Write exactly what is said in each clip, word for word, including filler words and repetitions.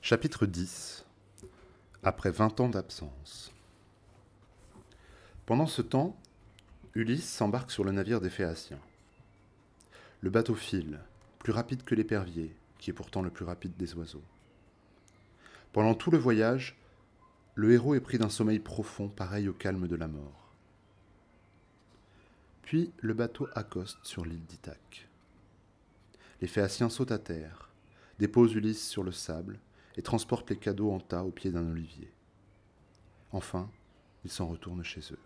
Chapitre dix. Après vingt ans d'absence. Pendant ce temps, Ulysse s'embarque sur le navire des Phéaciens. Le bateau file, plus rapide que l'épervier, qui est pourtant le plus rapide des oiseaux. Pendant tout le voyage, le héros est pris d'un sommeil profond pareil au calme de la mort. Puis le bateau accoste sur l'île d'Ithaque. Les Phéaciens sautent à terre, déposent Ulysse sur le sable et transportent les cadeaux en tas au pied d'un olivier. Enfin, ils s'en retournent chez eux.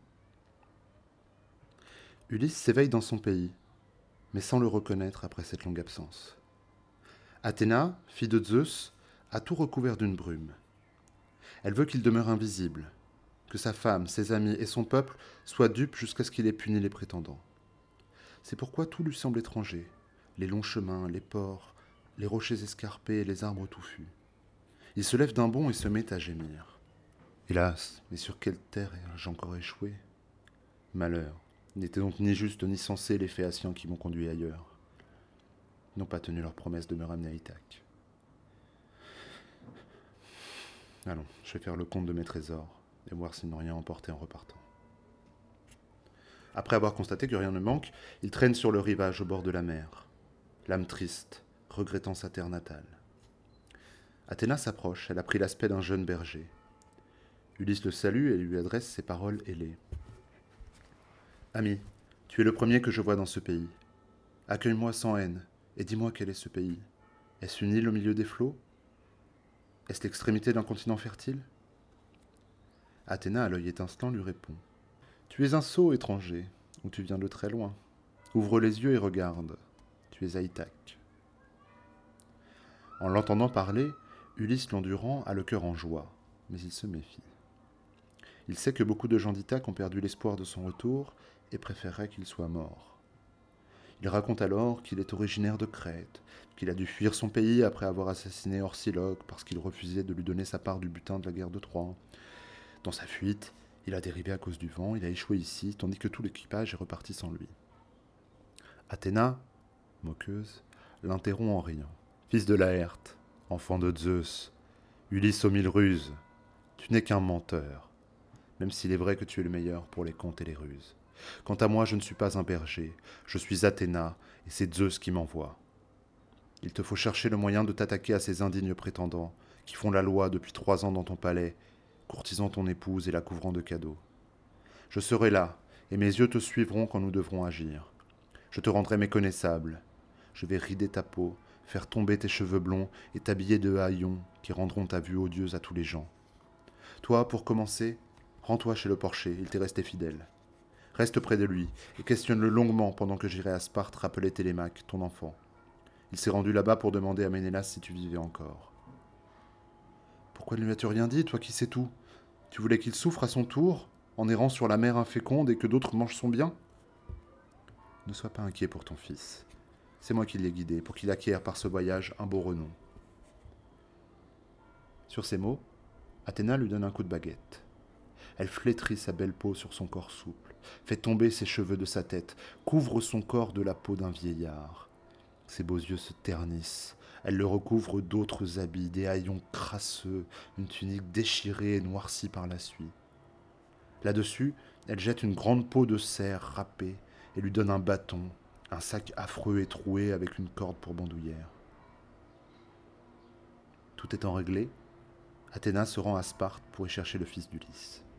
Ulysse s'éveille dans son pays, mais sans le reconnaître après cette longue absence. Athéna, fille de Zeus, a tout recouvert d'une brume. Elle veut qu'il demeure invisible, que sa femme, ses amis et son peuple soient dupes jusqu'à ce qu'il ait puni les prétendants. C'est pourquoi tout lui semble étranger, les longs chemins, les ports, les rochers escarpés et les arbres touffus. Il se lève d'un bond et se met à gémir. Hélas, mais sur quelle terre ai-je encore échoué ? Malheur, il n'était donc ni juste ni sensé les Phéaciens qui m'ont conduit ailleurs. Ils n'ont pas tenu leur promesse de me ramener à Ithaque. Allons, je vais faire le compte de mes trésors et voir s'ils n'ont rien emporté en repartant. Après avoir constaté que rien ne manque, il traîne sur le rivage au bord de la mer, l'âme triste, regrettant sa terre natale. Athéna s'approche, elle a pris l'aspect d'un jeune berger. Ulysse le salue et lui adresse ces paroles ailées. « Ami, tu es le premier que je vois dans ce pays. Accueille-moi sans haine, et dis-moi quel est ce pays. Est-ce une île au milieu des flots ? Est-ce l'extrémité d'un continent fertile ?» Athéna, à l'œil étincelant, lui répond. « Tu es un sot étranger, ou tu viens de très loin. Ouvre les yeux et regarde. Tu es à Ithaque. » En l'entendant parler, Ulysse l'endurant a le cœur en joie, mais il se méfie. Il sait que beaucoup de gens d'Ithaque ont perdu l'espoir de son retour et préféreraient qu'il soit mort. Il raconte alors qu'il est originaire de Crète, qu'il a dû fuir son pays après avoir assassiné Orsiloque parce qu'il refusait de lui donner sa part du butin de la guerre de Troie. Dans sa fuite, il a dérivé à cause du vent, il a échoué ici, tandis que tout l'équipage est reparti sans lui. Athéna, moqueuse, l'interrompt en riant. « Fils de Laërte, enfant de Zeus, Ulysse aux mille ruses, tu n'es qu'un menteur, même s'il est vrai que tu es le meilleur pour les contes et les ruses. Quant à moi, je ne suis pas un berger, je suis Athéna, et c'est Zeus qui m'envoie. Il te faut chercher le moyen de t'attaquer à ces indignes prétendants, qui font la loi depuis trois ans dans ton palais, courtisant ton épouse et la couvrant de cadeaux. Je serai là, et mes yeux te suivront quand nous devrons agir. Je te rendrai méconnaissable. Je vais rider ta peau, faire tomber tes cheveux blonds et t'habiller de haillons qui rendront ta vue odieuse à tous les gens. Toi, pour commencer, rends-toi chez le porcher, il t'est resté fidèle. Reste près de lui et questionne-le longuement pendant que j'irai à Sparte rappeler Télémaque, ton enfant. Il s'est rendu là-bas pour demander à Ménélas si tu vivais encore. » « Pourquoi ne lui as-tu rien dit, toi qui sais tout ? Tu voulais qu'il souffre à son tour, en errant sur la mer inféconde et que d'autres mangent son bien ? Ne sois pas inquiet pour ton fils. C'est moi qui l'ai guidé pour qu'il acquiert par ce voyage un beau renom. » Sur ces mots, Athéna lui donne un coup de baguette. Elle flétrit sa belle peau sur son corps souple, fait tomber ses cheveux de sa tête, couvre son corps de la peau d'un vieillard. Ses beaux yeux se ternissent, elle le recouvre d'autres habits, des haillons crasseux, une tunique déchirée et noircie par la suie. Là-dessus, elle jette une grande peau de cerf râpée et lui donne un bâton, un sac affreux et troué avec une corde pour bandoulière. Tout étant réglé, Athéna se rend à Sparte pour y chercher le fils d'Ulysse.